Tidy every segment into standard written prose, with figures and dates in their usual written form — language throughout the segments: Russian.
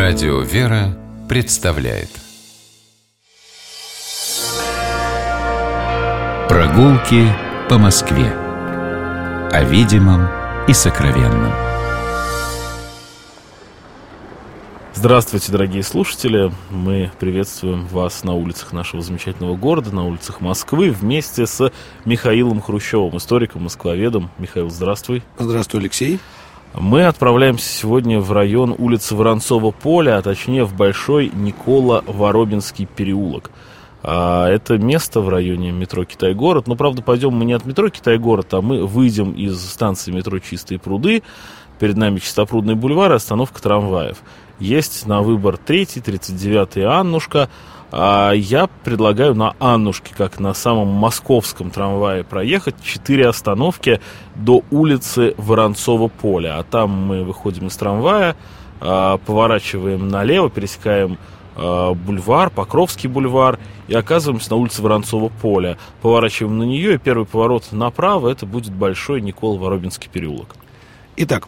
Радио «Вера» представляет прогулки по Москве. О видимом и сокровенном. Здравствуйте, дорогие слушатели! Мы приветствуем вас на улицах нашего замечательного города, на улицах Москвы, вместе с Михаилом Хрущевым, историком, москвоведом. Михаил, здравствуй. Здравствуй, Алексей. Мы отправляемся сегодня в район улицы Воронцова поля, а точнее в Большой Николо-Воробинский переулок. Это место в районе метро Китай-город. Но, правда, пойдем мы не от метро Китай-город, а мы выйдем из станции метро Чистые пруды. Перед нами Чистопрудный бульвар и остановка трамваев. Есть на выбор 3-й, 39-й Аннушка. Я предлагаю на Аннушке, как на самом московском трамвае, проехать 4 остановки до улицы Воронцова поля. А там мы выходим из трамвая, поворачиваем налево, пересекаем бульвар, Покровский бульвар, и оказываемся на улице Воронцова поля. Поворачиваем на нее, и первый поворот направо — это будет Большой Николо-Воробинский переулок. Итак,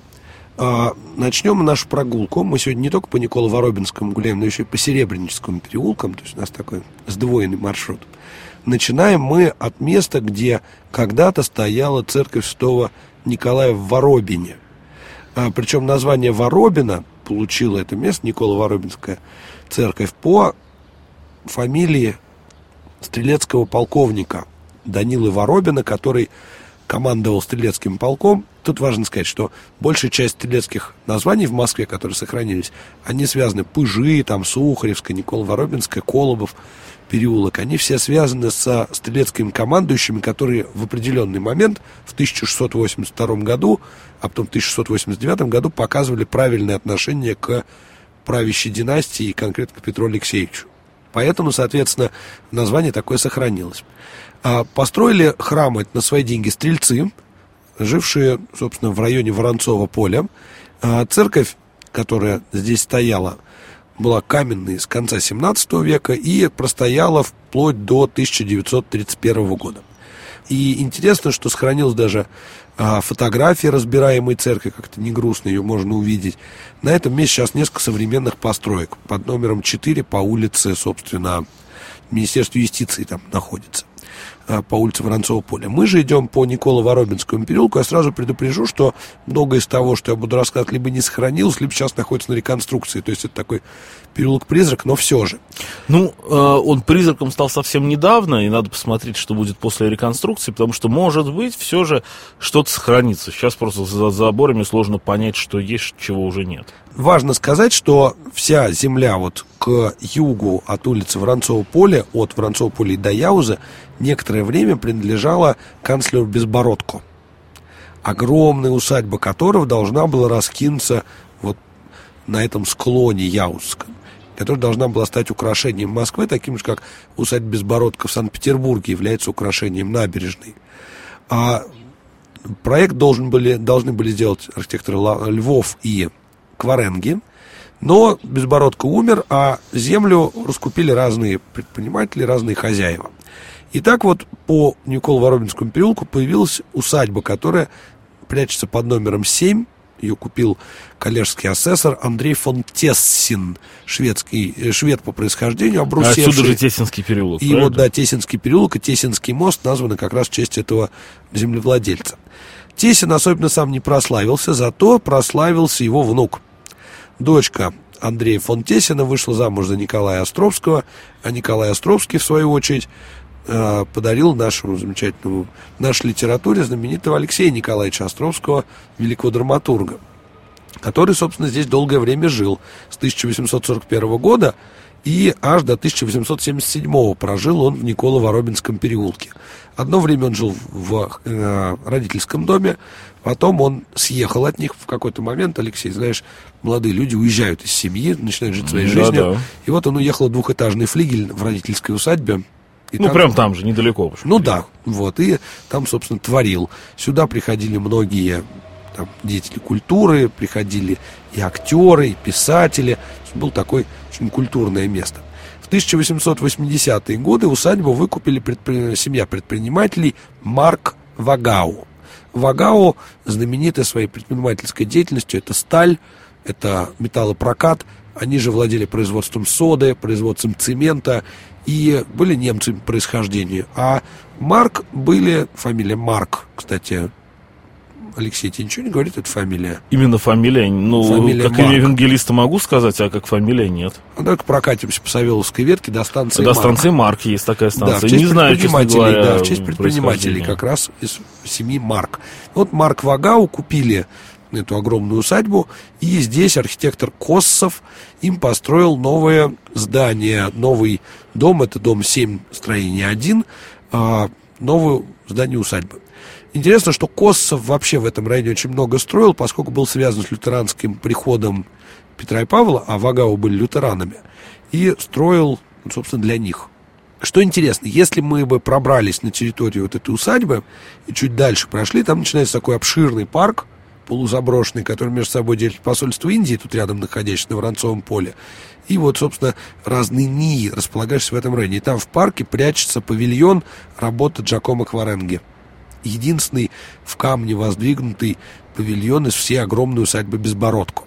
начнем нашу прогулку. Мы сегодня не только по Николо-Воробинскому гуляем, но еще и по Серебряническому переулкам. То есть у нас такой сдвоенный маршрут. Начинаем мы от места, где когда-то стояла церковь святого Николая в Воробине. Причем название Воробина получило это место, Николо-Воробинская церковь, по фамилии стрелецкого полковника Данилы Воробина, который командовал стрелецким полком. Тут важно сказать, что большая часть стрелецких названий в Москве, которые сохранились, они связаны: Пыжи, там Сухаревская, Николо-Воробинская, Колобов переулок. Они все связаны со стрелецкими командующими, которые в определенный момент в 1682 году, а потом в 1689 году показывали правильное отношение к правящей династии и конкретно к Петру Алексеевичу. Поэтому, соответственно, название такое сохранилось. Построили храмы на свои деньги стрельцы, жившие, собственно, в районе Воронцова поля. Церковь, которая здесь стояла, была каменной с конца 17 века и простояла вплоть до 1931 года. И интересно, что сохранилась даже фотография разбираемой церкви, как-то не грустно, ее можно увидеть. На этом месте сейчас несколько современных построек. Под номером 4 по улице, собственно, Министерство юстиции там находится, по улице Воронцова поля. Мы же идем по Николо-Воробинскому переулку. Я сразу предупрежу, что многое из того, что я буду рассказывать, либо не сохранилось, либо сейчас находится на реконструкции. То есть это такой переулок-призрак, но все же. Он призраком стал совсем недавно, и надо посмотреть, что будет после реконструкции, потому что, может быть, все же что-то сохранится. Сейчас просто за заборами сложно понять, что есть, чего уже нет. Важно сказать, что вся земля вот к югу от улицы Воронцова поля, от Воронцова поля и до Яузы, некоторое время принадлежала канцлеру Безбородко, огромная усадьба которого должна была раскинуться вот на этом склоне Яузском, которая должна была стать украшением Москвы, таким же, как усадьба Безбородко в Санкт-Петербурге является украшением набережной. Проект должны были сделать архитекторы Львов и Кваренги, но Безбородко умер, а землю раскупили разные предприниматели, разные хозяева. И так вот по Николо-Воробинскому переулку появилась усадьба, которая прячется под номером 7. Ее купил коллежский асессор Андрей фон Тессин, швед по происхождению, обрусевший. Отсюда же Тессинский переулок. И правильно? вот, да, Тессинский переулок и Тессинский мост названы как раз в честь этого землевладельца. Тессин особенно сам не прославился, зато прославился его внук. Дочка Андрея фон Тессина вышла замуж за Николая Островского, а Николай Островский, в свою очередь, подарил нашему замечательному, нашей литературе знаменитого Алексея Николаевича Островского, великого драматурга, который, собственно, здесь долгое время жил. С 1841 года и аж до 1877 прожил он в Николо-Воробинском переулке. Одно время он жил в родительском доме, потом он съехал от них в какой-то момент. Алексей, знаешь, молодые люди уезжают из семьи, начинают жить своей жизнью. Да. И вот он уехал в двухэтажный флигель в родительской усадьбе. И прям там же, недалеко. Да, вот, и там, собственно, творил. Сюда приходили многие там деятели культуры, приходили и актеры, и писатели. Было такое очень культурное место. В 1880-е годы усадьбу выкупили семья предпринимателей Марк Вагау. Вагау знамениты своей предпринимательской деятельностью. Это сталь, это металлопрокат. Они же владели производством соды, производством цемента и были немцами по происхождению. А Марк были, фамилия Марк, кстати, Алексей, тебе ничего не говорит эта фамилия? Именно фамилия, фамилия как Марк. имя евангелиста могу сказать, а как фамилия нет. Давай-ка прокатимся по Савеловской ветке до станции До Марк. станции Марк есть такая станция. Да, в честь не знаю, честно предпринимателей, говоря, в честь предпринимателей происхождения. как раз из семьи Марк. Вот Марк Вагау купили эту огромную усадьбу, и здесь архитектор Коссов им построил новое здание, новый дом, это дом 7, строение 1, новое здание усадьбы. Интересно, что Коссов вообще в этом районе очень много строил, поскольку был связан с лютеранским приходом Петра и Павла, а Вагау были лютеранами, и строил, собственно, для них. Что интересно, если мы бы пробрались на территорию вот этой усадьбы и чуть дальше прошли, там начинается такой обширный парк, полузаброшенный, который между собой делит посольство Индии, тут рядом находящееся на Воронцовом поле, и вот, собственно, разные НИИ, располагающиеся в этом районе. И там в парке прячется павильон работы Джакомо Кваренги. Единственный в камне воздвигнутый павильон из всей огромной усадьбы Безбородко.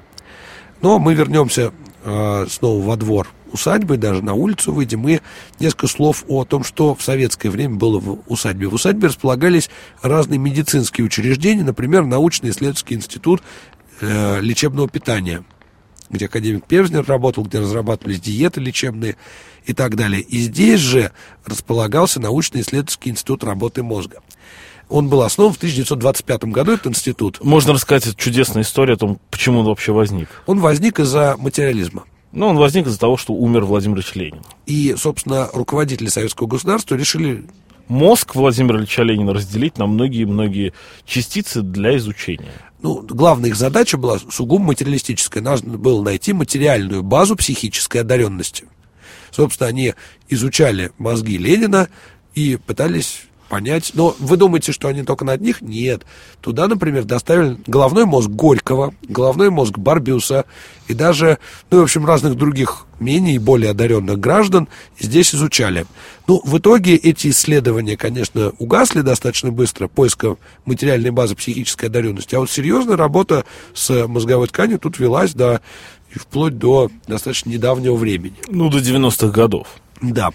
Но мы вернемся снова во двор усадьбы, даже на улицу выйдем, и несколько слов о том, что в советское время было в усадьбе. В усадьбе располагались разные медицинские учреждения, например, научно-исследовательский институт лечебного питания, где академик Певзнер работал, где разрабатывались диеты лечебные и так далее. И здесь же располагался научно-исследовательский институт работы мозга. Он был основан в 1925 году, этот институт. Можно рассказать чудесную историю о том, почему он вообще возник. Он возник из-за материализма. Он возник из-за того, что умер Владимир Ильич Ленин. И, собственно, руководители советского государства решили... Мозг Владимира Ильича Ленина разделить на многие-многие частицы для изучения. Главная их задача была сугубо материалистическая. Нужно было найти материальную базу психической одаренности. Собственно, они изучали мозги Ленина и пытались понять. Но вы думаете, что они только на одних? Нет. Туда, например, доставили головной мозг Горького, головной мозг Барбюса и даже, в общем, разных других менее и более одаренных граждан здесь изучали. В итоге эти исследования, конечно, угасли достаточно быстро, поиска материальной базы психической одаренности, а вот серьезная работа с мозговой тканью тут велась, да, и вплоть до достаточно недавнего времени. До 90-х годов. Да.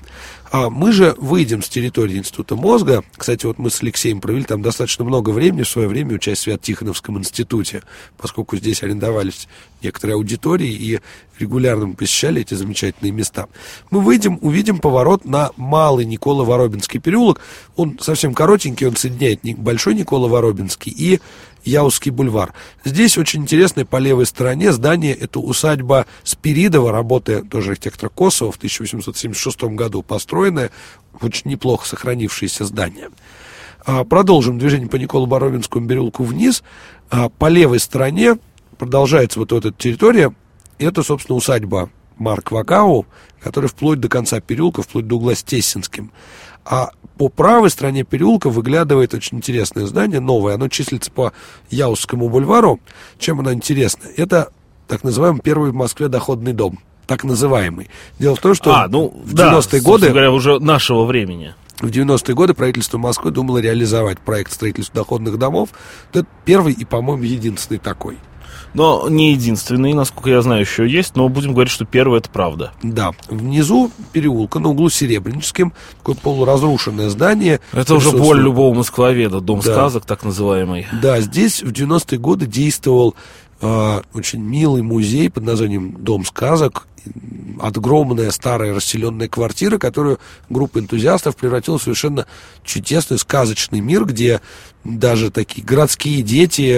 Мы же выйдем с территории Института мозга. Кстати, вот мы с Алексеем провели там достаточно много времени, в свое время учась в Свято-Тихоновском институте, поскольку здесь арендовались некоторые аудитории и регулярно мы посещали эти замечательные места. Мы выйдем, увидим поворот на Малый Николо-Воробинский переулок. Он совсем коротенький, он соединяет Большой Николо-Воробинский и Яузский бульвар. Здесь очень интересное по левой стороне здание, это усадьба Спиридова, работы тоже архитектора Косова, в 1876 году построенное, очень неплохо сохранившееся здание. Продолжим движение по Николо-Воробинскому переулку вниз. По левой стороне продолжается вот эта территория, это, собственно, усадьба Марк Вагау, которая вплоть до конца переулка, вплоть до угла с Тессинским. А по правой стороне переулка выглядывает очень интересное здание, новое. Оно числится по Яузскому бульвару. Чем оно интересно? Это так называемый первый в Москве доходный дом. Так называемый. Дело в том, что в 90-е годы... говоря, уже нашего времени. В 90-е годы правительство Москвы думало реализовать проект строительства доходных домов. Это первый и, по-моему, единственный такой. Но не единственный, насколько я знаю, еще есть, но будем говорить, что первый — это правда. Да, внизу переулка, на углу с Серебряническим, такое полуразрушенное здание. Это уже боль любого москвоведа, дом сказок, так называемый. Да, здесь в 90-е годы действовал очень милый музей под названием «Дом сказок». Огромная старая расселенная квартира, которую группа энтузиастов превратила в совершенно чудесный сказочный мир, где даже такие городские дети...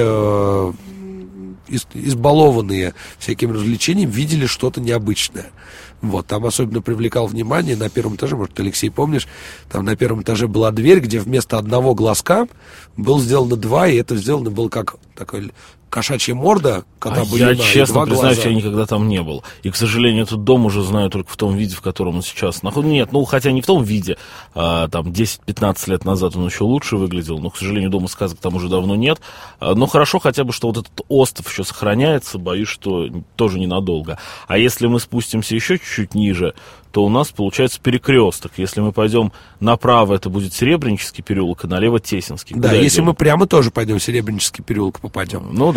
избалованные всякими развлечениями, видели что-то необычное. Там особенно привлекал внимание на первом этаже, может, Алексей, помнишь, там на первом этаже была дверь, где вместо одного глазка был сделано два, и это сделано было как такой кошачья морда, кота Буюна, я честно признаюсь, глаза. Я никогда там не был. И, к сожалению, этот дом уже знаю только в том виде, в котором он сейчас находится. Нет, хотя не в том виде, там 10-15 лет назад он еще лучше выглядел, но, к сожалению, дома сказок там уже давно нет. Но хорошо хотя бы, что вот этот остров еще сохраняется, боюсь, что тоже ненадолго. А если мы спустимся еще чуть-чуть ниже, то у нас получается перекресток. Если мы пойдем направо, это будет Серебрянический переулок, а налево Тессинский. Да, если мы прямо тоже пойдем в Серебрянический переулок попадем.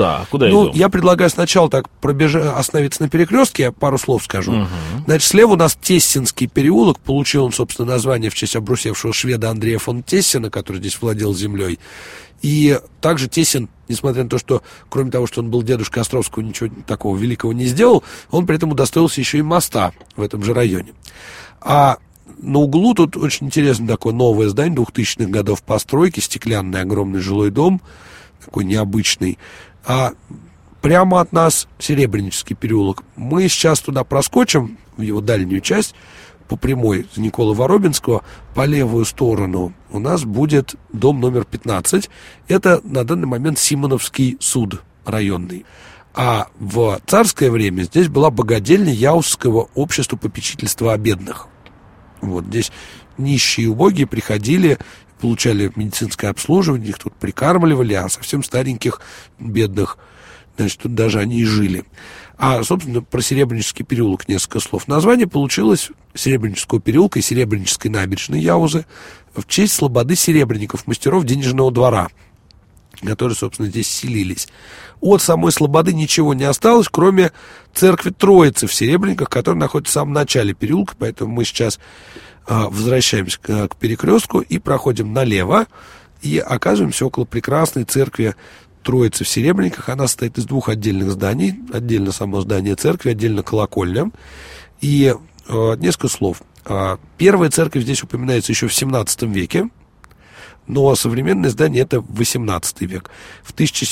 куда? Куда идем? Я предлагаю сначала так остановиться на перекрестке, я пару слов скажу. Значит, слева у нас Тессинский переулок. Получил он, собственно, название в честь обрусевшего шведа Андрея фон Тессина, который здесь владел землей. И также Тессин, несмотря на то, что, кроме того, что он был дедушкой Островского, ничего такого великого не сделал, он при этом удостоился еще и моста в этом же районе. А на углу тут очень интересно такое новое здание 2000-х годов постройки, стеклянный огромный жилой дом, такой необычный. А прямо от нас Серебрянический переулок. Мы сейчас туда проскочим, в его дальнюю часть, по прямой с Николы Воробинского, по левую сторону у нас будет дом номер 15. Это на данный момент Симоновский суд районный. А в царское время здесь была богадельня Яузского общества попечительства о бедных. Вот здесь нищие и убогие приходили, получали медицинское обслуживание, их тут прикармливали, а совсем стареньких, бедных, значит, тут даже они и жили. А, собственно, про Серебрянический переулок несколько слов. Название получилось Серебрянического переулка и Серебрянической набережной Яузы в честь слободы серебряников, мастеров денежного двора, которые, собственно, здесь селились. От самой слободы ничего не осталось, кроме церкви Троицы в Серебряниках, которая находится в самом начале переулка, поэтому мы сейчас возвращаемся к перекрестку и проходим налево, и оказываемся около прекрасной церкви Троицы в Серебряниках. Она состоит из двух отдельных зданий. Отдельно само здание церкви, отдельно колокольня. И несколько слов. Первая церковь здесь упоминается еще в 17 веке, но современное здание — это 18 век. В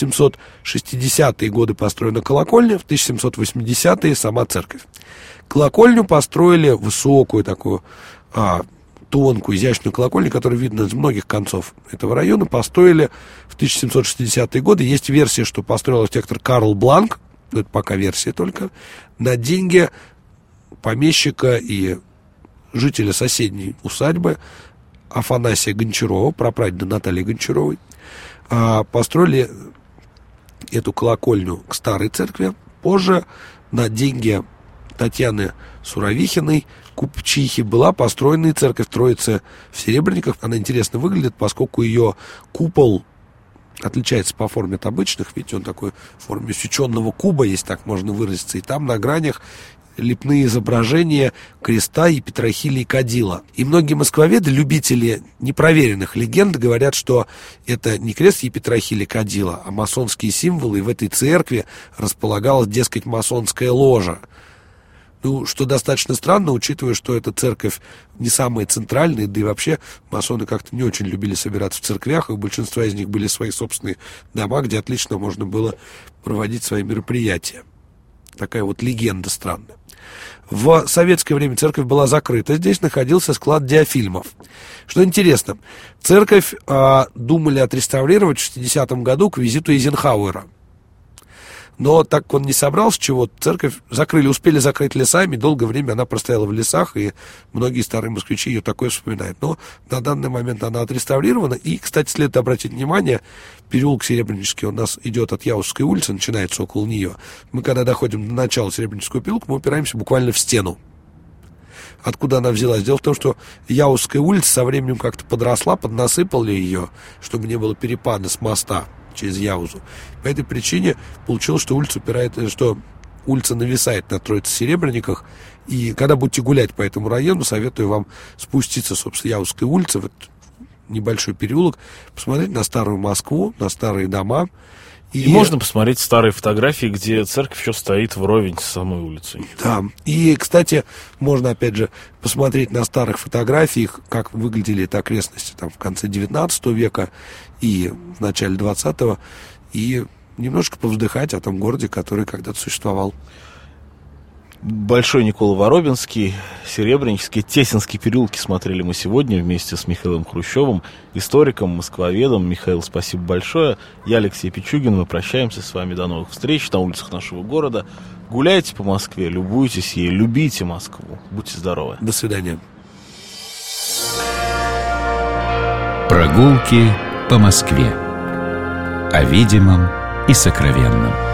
1760-е годы построена колокольня, в 1780-е сама церковь. Колокольню построили высокую такую, тонкую, изящную колокольню, которую видно с многих концов этого района, построили в 1760-е годы. Есть версия, что построил архитектор Карл Бланк, но это пока версия только, на деньги помещика и жителя соседней усадьбы Афанасия Гончарова, прапрадеда Натальи Гончаровой. Построили эту колокольню к старой церкви. Позже на деньги Татьяны Суровихиной, купчихи, была построена и церковь Троицы в Серебряниках. Она интересно выглядит, поскольку ее купол отличается по форме от обычных. Видите, он такой в форме сеченного куба, если так можно выразиться. И там на гранях лепные изображения креста Епитрахилия и кадила. И многие москвоведы, любители непроверенных легенд, говорят, что это не крест Епитрахилия и кадила, а масонские символы, и в этой церкви располагалась, дескать, масонская ложа. Что достаточно странно, учитывая, что эта церковь не самая центральная, да и вообще масоны как-то не очень любили собираться в церквях, и у большинства из них были свои собственные дома, где отлично можно было проводить свои мероприятия. Такая вот легенда странная. В советское время церковь была закрыта, здесь находился склад диафильмов. Что интересно, церковь думали отреставрировать в 60-м году к визиту Эйзенхауэра. Но так как он не собрался чего-то, церковь успели закрыть лесами, долгое время она простояла в лесах, и многие старые москвичи ее такое вспоминают. Но на данный момент она отреставрирована. И, кстати, следует обратить внимание, переулок Серебрянический у нас идет от Яузской улицы, начинается около нее. Мы, когда доходим до начала Серебрянического переулка, мы упираемся буквально в стену. Откуда она взялась? Дело в том, что Яузская улица со временем как-то подросла, поднасыпали ее, чтобы не было перепада с моста через Яузу. По этой причине получилось, что улица нависает на Троице-Серебряниках. И когда будете гулять по этому району, советую вам спуститься, собственно, Яузской улицы, в этот небольшой переулок, посмотреть на старую Москву, на старые дома. И можно посмотреть старые фотографии, где церковь еще стоит вровень с самой улицей. Да. И, кстати, можно, опять же, посмотреть на старых фотографиях, как выглядели эти окрестности там в конце 19 века и в начале 20-го, и немножко повздыхать о том городе, который когда-то существовал. Большой Никола Воробинский, Серебрянический, Тессинский переулки смотрели мы сегодня вместе с Михаилом Хрущевым, историком, москвоведом. Михаил, спасибо большое. Я Алексей Пичугин. Мы прощаемся с вами. До новых встреч на улицах нашего города. Гуляйте по Москве, любуйтесь ей, любите Москву. Будьте здоровы. До свидания. Прогулки по Москве. О видимом и сокровенном.